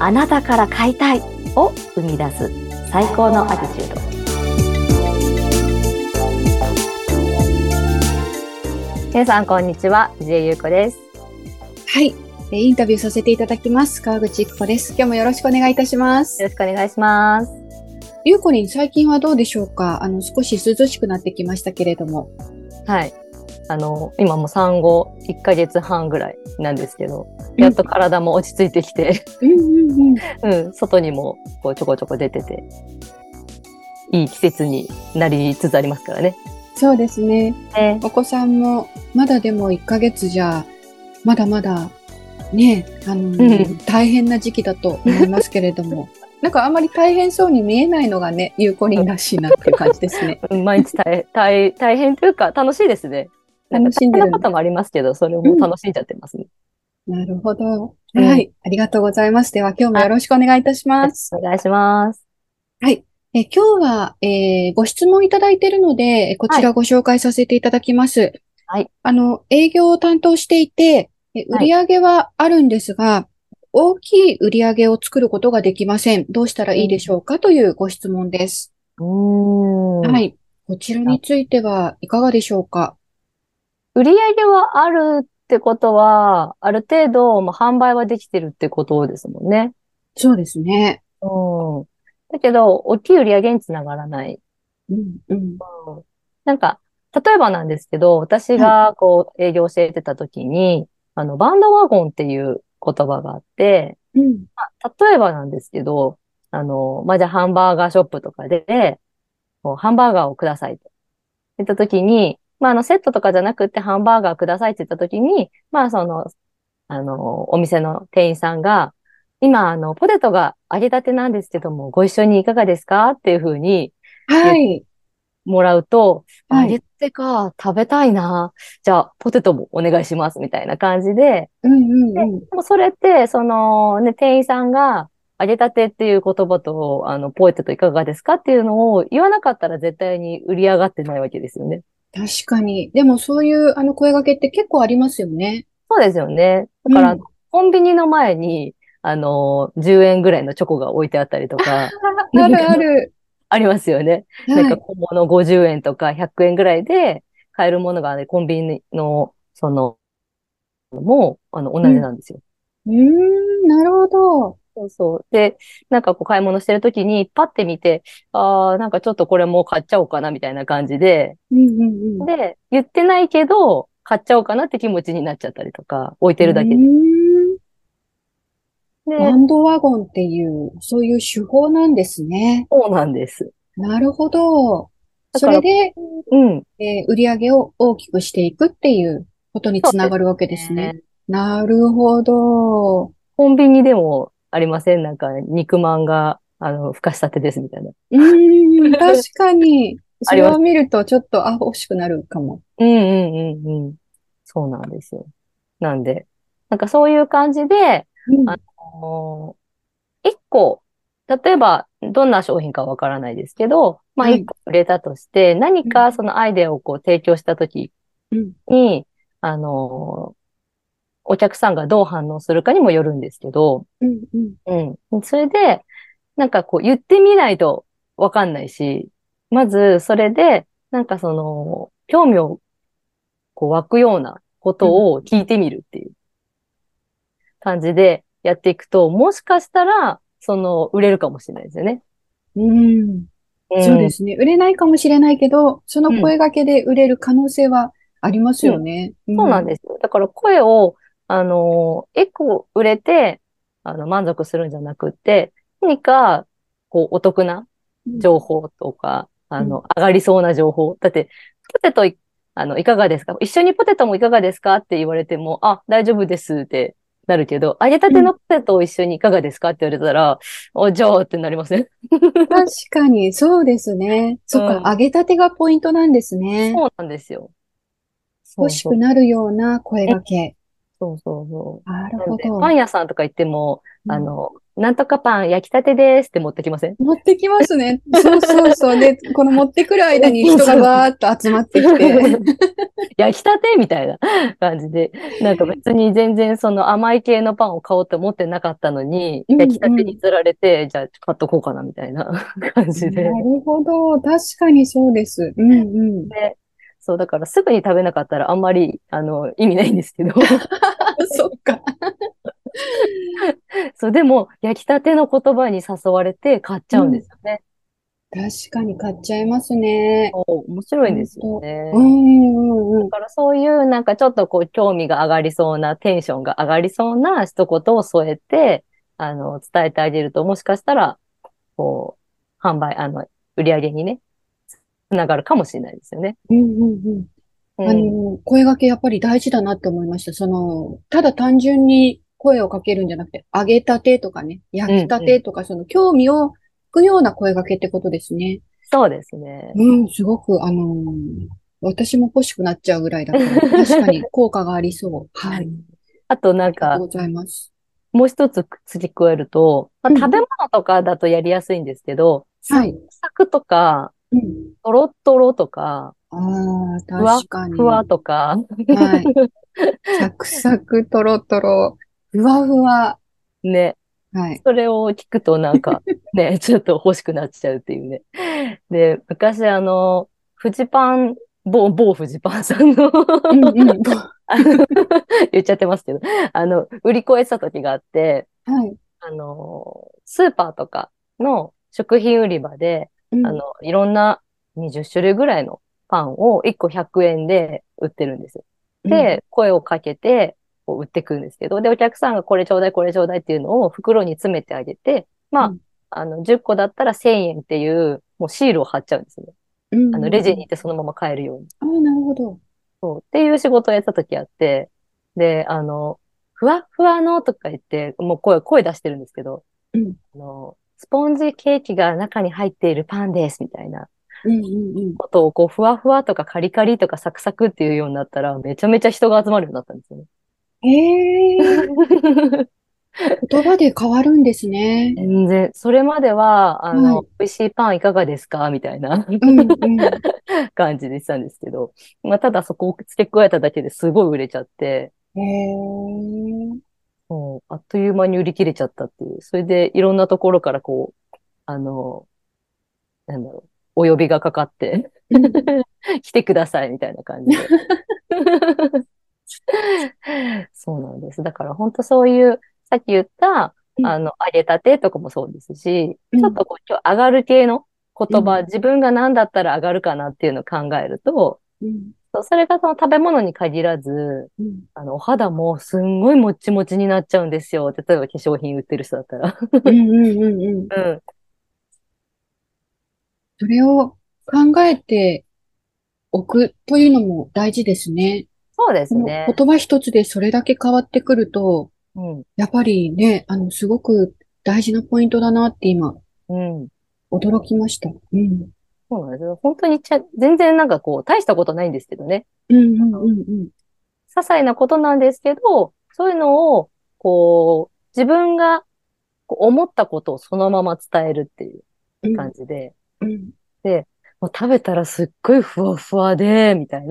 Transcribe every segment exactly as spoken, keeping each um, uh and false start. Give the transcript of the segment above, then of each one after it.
あなたから買いたいを生み出す最高のアティチュード。皆さんこんにちは、藤江優子です。 はい、インタビューさせていただきます川口育子です。今日もよろしくお願いいたします。 よろしくお願いします。 優子りん、最近はどうでしょうか？あの少し涼しくなってきましたけれども。 はい、あの今も産後いっかげつはんぐらいなんですけど、やっと体も落ち着いてきて、うんうんうんうん、外にもこうちょこちょこ出てて、いい季節になりつつありますからね。 そうですね。えー、お子さんもまだでもいっかげつじゃまだまだね、あのーうん、大変な時期だと思いますけれども。なんかあんまり大変そうに見えないのがね、ゆうこりんらしいなっていう感じですね。 毎日大, 大, 大変というか楽しいですね。 楽しんでる。 大変なこともありますけど、それも楽しんじゃってますね。 うん、なるほど。はい、うん。ありがとうございます。では今日もよろしくお願いいたします。 お願いします。 はい。え今日は、えー、ご質問いただいているので、こちらご紹介させていただきます。はい。あの、営業を担当していて、売り上げはあるんですが、はい、大きい売り上げを作ることができません。どうしたらいいでしょうか、うん、というご質問です。 うーん。 はい。こちらについてはいかがでしょうか？ 売り上げはあるってことは、ある程度、まあ、販売はできてるってことですもんね。 そうですね。 うん。だけど、大きい売り上げにつながらない。 うんうん。うん、 なんか、例えばなんですけど、私がこう営業教えてた時に、はい、あの、バンドワゴンっていう言葉があって、うん、まあ、例えばなんですけど、あの、まあ、じゃあハンバーガーショップとかで、こうハンバーガーをくださいと言った時に、まあ、あの、セットとかじゃなくてハンバーガーくださいって言った時に、まあ、その、あの、お店の店員さんが、今、あの、ポテトが揚げたてなんですけども、ご一緒にいかがですかっていうふうに言ってもらうと、はい、揚げたてか、食べたいな。じゃあ、ポテトもお願いします、みたいな感じで。 うんうんうん、 でもそれって、その、ね、店員さんが、揚げたてっていう言葉と、あの、ポテトいかがですかっていうのを言わなかったら絶対に売り上がってないわけですよね。 確かに。でもそういうあの声掛けって結構ありますよね。 そうですよね。だから、うん、コンビニの前に、あの、じゅうえんぐらいのチョコが置いてあったりとか。 あるある。 ありますよね。はい、なんか小物ごじゅうえんとかひゃくえんぐらいで買えるものがね、コンビニの、その、も、あの、同じなんですよ。 うん、うーん、なるほど。 そうそう。で、なんかこう買い物してるときに、パッて見て、ああ、なんかちょっとこれもう買っちゃおうかな、みたいな感じで、 うんうんうん、 で、言ってないけど、買っちゃおうかなって気持ちになっちゃったりとか、置いてるだけで。 でバンドワゴンっていう、そういう手法なんですね。 そうなんです。 なるほど。それで、うん、えー、売り上げを大きくしていくっていうことにつながるわけですね。すね、なるほど。 コンビニでもありません？なんか、肉まんが、あの、ふかしたてですみたいな。 うーん、確かに。それを見るとちょっと、あ、欲しくなるかも。 うんうんうんうん。そうなんですよ。なんで、なんかそういう感じで、うん、あのー、一個、例えば、どんな商品かわからないですけど、まあ一個売れたとして、はい、何かそのアイデアをこう提供したときに、うん、あのー、お客さんがどう反応するかにもよるんですけど、うんうんうん、それで、なんかこう言ってみないとわかんないし、まずそれで、なんかその、興味をこう湧くようなことを聞いてみるっていう感じでやっていくと、もしかしたら、その、売れるかもしれないですよね。 うん。うん、そうですね。売れないかもしれないけど、その声掛けで売れる可能性はありますよね。 うんうん、そうなんですよ。だから声を、あの、一個売れて、あの、満足するんじゃなくって、何か、こう、お得な情報とか、うん、あの、上がりそうな情報。だって、ポテトい、あの、いかがですか？一緒にポテトもいかがですかって言われても、あ、大丈夫ですってなるけど、揚げたてのポテトを一緒にいかがですかって言われたら、お、じゃあってなりません？ 確かに、そうですね。そっか、うん、揚げたてがポイントなんですね。 そうなんですよ。 欲しくなるような声掛け。 そうそうそなるう。なんで、パほど。 ン屋さんとか行っても、 うん、 あの、なんとかパン焼きたてですって持ってきません？ 持ってきますね。そうそうそう。で、この持ってくる間にそう人がそうそう。 バーッと集まってきて。 焼きたてみたいな感じで、なんか別に全然その甘い系のパンを買おうって思ってなかったのに、 うん焼きたてうん。 に釣られて、じゃあ買っとこうかなみたいな感じで。 なるほど。確かにそうです。うんうん。 で、そう、だからすぐに食べなかったらあんまり、あの、意味ないんですけど、 そっか。 そう、でも、焼きたての言葉に誘われて買っちゃうんでうん。 すよね。 確かに買っちゃいますね。 そう、面白いんですよ本当。うね。 んうんうん。 だからそういうなんかちょっとこう興味が上がりそうな、テンションが上がりそうな一言を添えて、あの、伝えてあげると、もしかしたら、こう、販売、あの、売り上げにね、つながるかもしれないですよね。 うんうんうん。あうん。 の、声掛けやっぱり大事だなって思いました。その、ただ単純に声をかけるんじゃなくて、揚げたてとかね、 うん、 焼きたうん。 てとか、その興味を引くような声掛けってことですね。 そうですね。 うん、すごく、あのー私も欲しくなっちゃうぐらいだから、確かに効果がありそう。はい。 あとなんか、 ありがとうございます。 もう一つ付け加えると、まあ、 うん。 食べ物とかだとやりやすいんですけど、サクはい。 サクとか、 うん。 トロットロとか、 ああ、 ふわ確かふわに。 とか、 はい。サクサク、トロトロ、ふわふわ。 ね。 はい。 それを聞くとなんか、ね、ちょっと欲しくなっちゃうっていうね。で、昔あの、フジパン、某、某フジパンさんのうんうん。 あの言っちゃってますけど、あの、売り超えした時があって、 はい。 あの、スーパーとかの食品売り場で、 うん。 あの、いろんなにじゅっ種類ぐらいのパンをいっこひゃくえんで売ってるんですよ。 うん。 で、声をかけて、こう売ってくるんですけど、で、お客さんがこれちょうだい、これちょうだいっていうのを袋に詰めてあげて、まあ、 うん。 あの、じゅっこだったらせんえんっていう、もうシールを貼っちゃうんですよね。 うん。 あの、レジにうん。 行ってそのまま買えるように。 ああ、なるほど。 そう。っていう仕事をやってた時あって、で、あの、ふわっふわのとか言って、もう声、声出してるんですけど、 うん。 あの、スポンジケーキが中に入っているパンです、みたいなうん。うん。うん。 ことを、こう、ふわふわとかカリカリとかサクサクっていうようになったら、めちゃめちゃ人が集まるようになったんですよね。 へえ、言葉で変わるんですね。 全然、それまでは、あの、 はい。 美味しいパンいかがですかみたいなうん。うん。 感じでしたんですけど、まあ、ただそこを付け加えただけですごい売れちゃって、 へえ。 もう、あっという間に売り切れちゃったっていう。それで、いろんなところからこう、あの、なんだろう、お呼びがかかってうん。 来てくださいみたいな感じで。そうなんです。だから本当そういう、さっき言った、 うん。 あの、揚げたてとかもそうですし、 うん。 ちょっとこう、今日上がる系の言葉、 うん。 自分が何だったら上がるかなっていうのを考えると、 うん。 そうそれがその食べ物に限らず、 うん。 あの、お肌もすんごいもっちもちになっちゃうんですよ。例えば化粧品売ってる人だったら。 うん。うん。うん。 うん。 それを考えておくというのも大事ですね。 そうでこのすね。 言葉一つでそれだけ変わってくると、 うん。 やっぱりね、あの、すごく大事なポイントだなって今、 うん。 驚きました。うん。 そうなんですよ。本当にちゃ、全然なんかこう、大したことないんですけどね。 うんうんうんうん。 些細なことなんですけど、そういうのを、こう、自分がこう思ったことをそのまま伝えるっていううん感じで、 うん。 で、もう食べたらすっごいふわふわで、みたいな。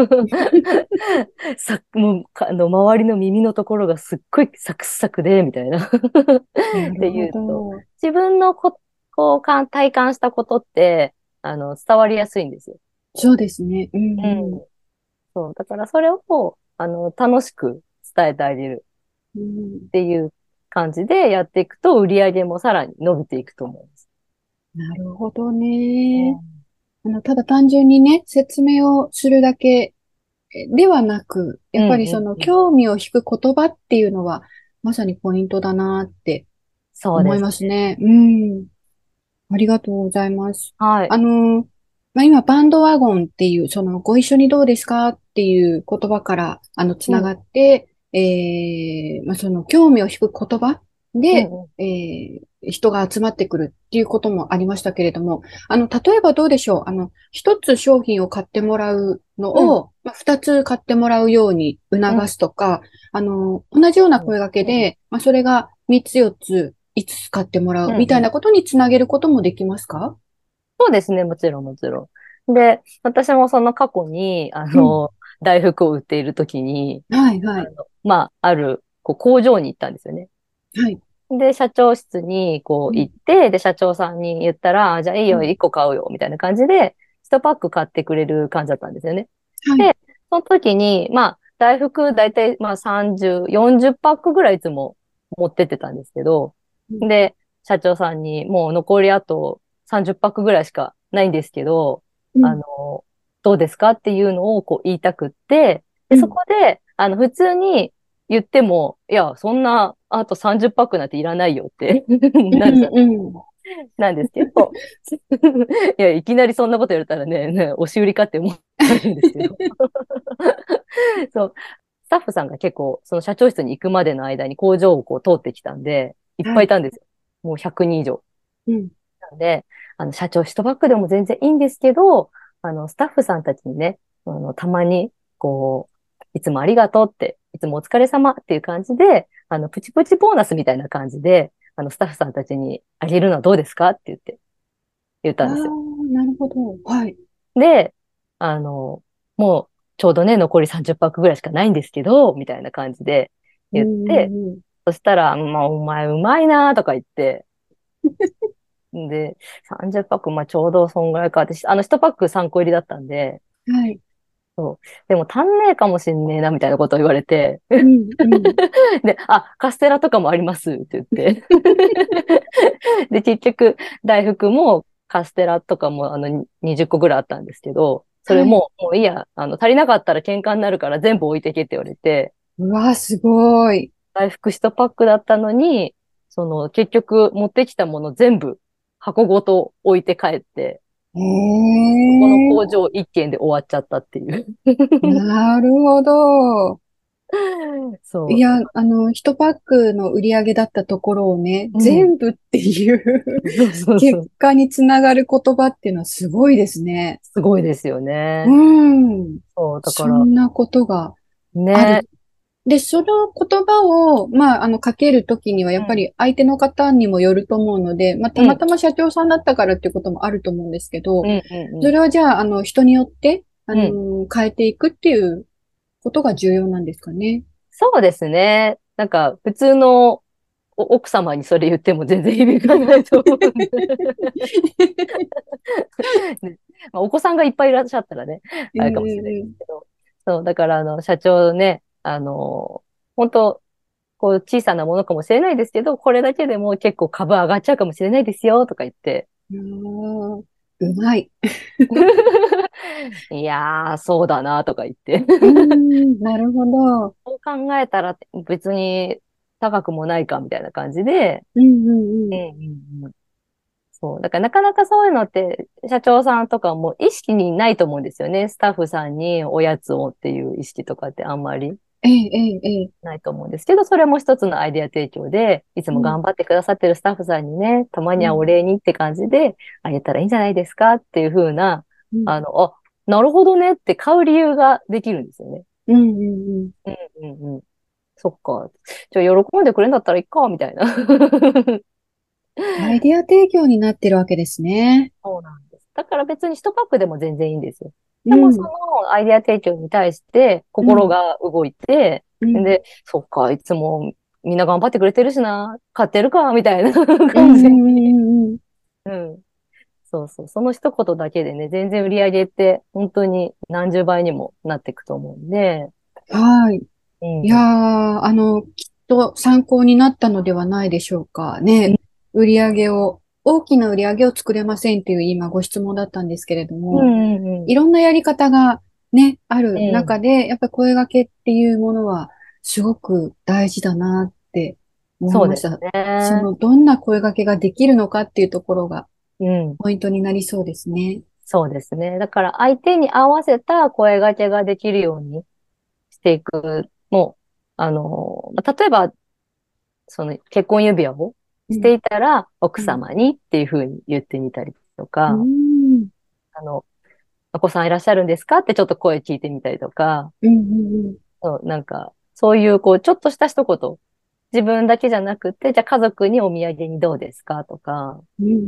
さ、もう、かあの、周りの耳のところがすっごいサクサクで、みたいな。ってなるほいうと、 ど。 自分のこ、こう、かん体感したことって、あの、伝わりやすいんですよ。 そうですね。うんうん。そう。だからそれを、あの、楽しく伝えてあげるうん。うん。 っていう感じでやっていくと、売り上げもさらに伸びていくと思うんです。 なるほどね。 うん。 あの、ただ単純にね、説明をするだけではなく、やっぱうんりそのうんうん。 興味を引く言葉っていうのは、まさにポイントだなって思いそうですね。 ますね。うん。ありがとうございます。 はい。 あの、まあ、今、バンドワゴンっていう、その、ご一緒にどうですかっていう言葉から、あの、つながうん。 って、えー、まあ、その、興味を引く言葉で、 うんうん。 えー人が集まってくるっていうこともありましたけれども、あの、例えばどうでしょう。あの、一つ商品を買ってもらうのうん、 を、まあ、二つ買ってもらうようにうん、 促すとか、あの、同じようなうん、 声掛けで、まあ、それが三つ四つ、五つ買ってもらうん、 うみたいうん。 なことにつなげることもできますか？ そうですね、もちろん、もちろん。で、私もその過去に、あうん。 の、大福を売っている時に、 はいはい。 あの、まあ、ある、こう、工場に行ったんですよね。 はい。 で、社長室にこうん。 う行って、で、社長さんに言ったら、あじゃあいいよ、 うん。 いっこ買うよ、みたいな感じで、いちパック買ってくれる感じだったんですよね。 はい。 で、その時に、まあ、大福大体、まあさんじゅう、よんじゅっパックぐらいいつも持ってってたんですけど、 うん。 で、社長さんに、もう残りあとさんじゅっパックぐらいしかないんですけど、 うん。 あの、どうですかっていうのをこう言いたくって、で、そうん。 こで、あの、普通に言っても、いや、そんな、あとさんじゅっパックなんていらないよってうなるじゃん。 ん。 なんですけど、いや、いきなりそんなこと言われたらね、ね押し売りかって思われるんですけど。そう、スタッフさんが結構、その社長室に行くまでの間に工場をこう通ってきたんで、いっはい。 ぱいいたんですよ。もうひゃくにん以上。 うん。 なんで、あの、社長一バッグでも全然いいんですけど、あの、スタッフさんたちにね、あの、たまに、こう、いつもありがとうって、いつもお疲れ様っていう感じで、あの、プチプチボーナスみたいな感じで、あの、スタッフさんたちにあげるのはどうですかって言って、言っああ、 たんですよ。 なるほど。はい。 で、あの、もう、ちょうどね、残りさんじゅっパックぐらいしかないんですけど、みたいな感じでう言って、 ん。うん。 そしたら、まあ、お前うまいなとか言って、で、さんじゅっパック、まあ、ちょうどそんぐらいかって、あの、いちパックさんこ入りだったんで、 はい。 そう。でも足んねえかもしんねえな、みたいなことを言われて、 うん。うん。 で、あ、カステラとかもありますって言って。で、結局、大福もカステラとかもあのにじゅっこぐらいあったんですけど、それはい。 も、もういいや、あの、足りなかったら喧嘩になるから全部置いてけって言われて、 うわ、すごい。 大福いちパックだったのに、その、結局持ってきたもの全部箱ごと置いて帰って、 へそこの工え、 場一軒で終わっちゃったっていう。 なるほど。いそや、あの、一パックの売り上げだったところをね、 う。うん。 全部っていうそうそうそ結う。 果につながる言葉っていうのはすごいですね。 すごいですようね。 ん。 そう、だから、 そんなことがあね。 る。で、その言葉を、まあ、あの、かけるときには、やっぱうん。 り相手の方にもよると思うので、まあ、たうん。 またま社長さんだったからっていうこともあると思うんですけど、 うん。うん。うん。 それはじゃあ、あの、人によって、あうん。 の、変えていくっていうことが重要なんですかね。 そうですね。なんか、普通のお奥様にそれ言っても全然響かないと思うんで。ねまあ、お子さんがいっぱいいらっしゃったらね、 うんあれかもしれないでうんすけど。そう、だから、あの、社長ね、あの、本当こう、小さなものかもしれないですけど、これだけでも結構株上がっちゃうかもしれないですよ、とか言って。 うん。あーうまい。 いやー、そうだな、とか言って。 うーん、なるほど。 そう考えたら別に高くもないか、みたいな感じで。 うんうんうん。 うんうんうん。そう。だからなかなかそういうのって、社長さんとかも意識にないと思うんですよね。スタッフさんにおやつをっていう意識とかってあんまりええ、ええ、ええ。 ないと思うんですけど、それも一つのアイデア提供で、いつもうん、 頑張ってくださってるスタッフさんにね、たまにはおうん、 礼にって感じであげたらいいんじゃないですかっていう風な、 うん、 あの、あ、なるほどねって買う理由ができるんですよね。 うん、うん。 うんうんうん。そっか。じゃあ喜んでくれんだったらいいか、みたいな。 アイデア提供になってるわけですね。 そうなんです。だから別に一パックでも全然いいんですよ。 うん、 でもそのアイデア提供に対してうん、 心が動いて、 うん、 で、そっか、いつもみんな頑張ってくれてるしな、買ってるか、みたいなうん、 感じに。 うん、うん。 うん。そうそう。その一言だけでね、全然売り上げって本当に何十倍にもなっていくと思うんで、 はい。いやー、 うん。 あの、きっと参考になったのではないでしょうかね。 うん売り上げを、大きな売り上げを作れませんっていう今ご質問だったんですけれどうも、 んうん。 いろんなやり方がね、あるうん。 中で、やっぱり声掛けっていうものはすごく大事だなって思いそうですました。そね。 の、どんな声掛けができるのかっていうところがうん。 ポイントになりそうですね。 そうですね。だから相手に合わせた声掛けができるようにしていく。もう、あの、まあ例えば、その結婚指輪をしていたら、奥様にっていうふうに言ってみたりとか、 うん、 あの、お子さんいらっしゃるんですかってちょっと声聞いてみたりとか、 うん、 そうなんか、そういう、こう、ちょっとした一言、自分だけじゃなくて、じゃあ家族にお土産にどうですかとか、 うん、うん。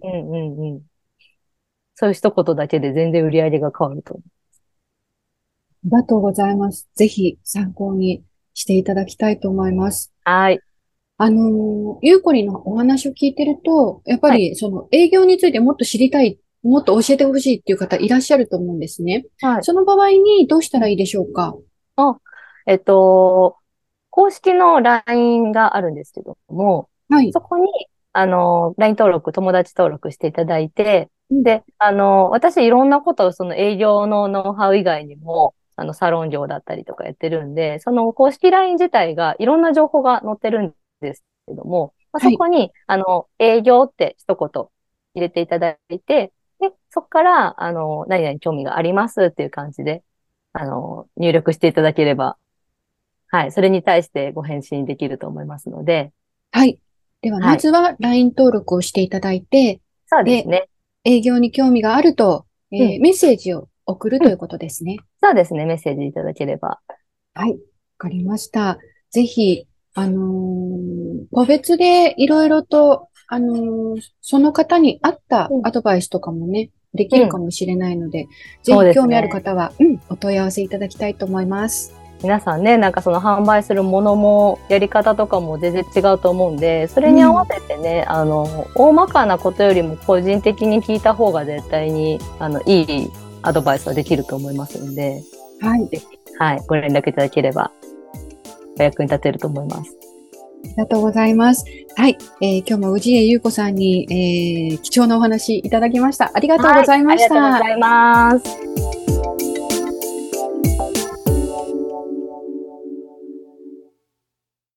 うんうんうん。そういう一言だけで全然売り上げが変わると思ありがとうございます。ぜひ参考にしていただきたいと思います。 う。はい。 あの、ゆうこりんのお話を聞いてると、やっぱはい。 りその営業についてもっと知りたい、もっと教えてほしいっていう方いらっしゃると思うんですね。 はい。 その場合にどうしたらいいでしょうか？ あ、えっと、公式の ライン があるんですけども、 はい。 そこに、あの、ライン 登録、友達登録していただいて、 うん、 で、あの、私いろんなことをその営業のノウハウ以外にも、あの、サロン業だったりとかやってるんで、その公式 ライン 自体がいろんな情報が載ってるんですけども、まあ、 はい。 そこに、あの、営業って一言入れていただいて、で、そこから、あの、何々興味がありますっていう感じで、あの、入力していただければ、はい。それに対してご返信できると思いますので、 はい。では、 はい。 まずは ライン 登録をしていただいて、で、 そうですね。 営業に興味があると、えうん。 ーメッセージを送るうん。 ということですね。 そうですね。メッセージいただければ。 はい。わかりました。ぜひ、あのー個別でいろいろと、あのーその方に合ったうん。 アドバイスとかもね、できうん。 るかもしれないので、ぜそうひ興味あるですね。 方は、うん、お問い合わせいただきたいと思います。 皆さんね、なんかその販売するものも、やり方とかも全然違うと思うんで、それに合わうん。 せてね、あの、大まかなことよりも個人的に聞いた方が絶対に、あの、いいアドバイスはできると思いますので、 はい。 ぜひ、はい、ご連絡いただければ、お役に立てると思います。 ありがとうございます。はい。えー今日も氏家優子さんに、えー貴重なお話いただきました。ありがとうごはい、 ざいありがとうごました。 ざいます。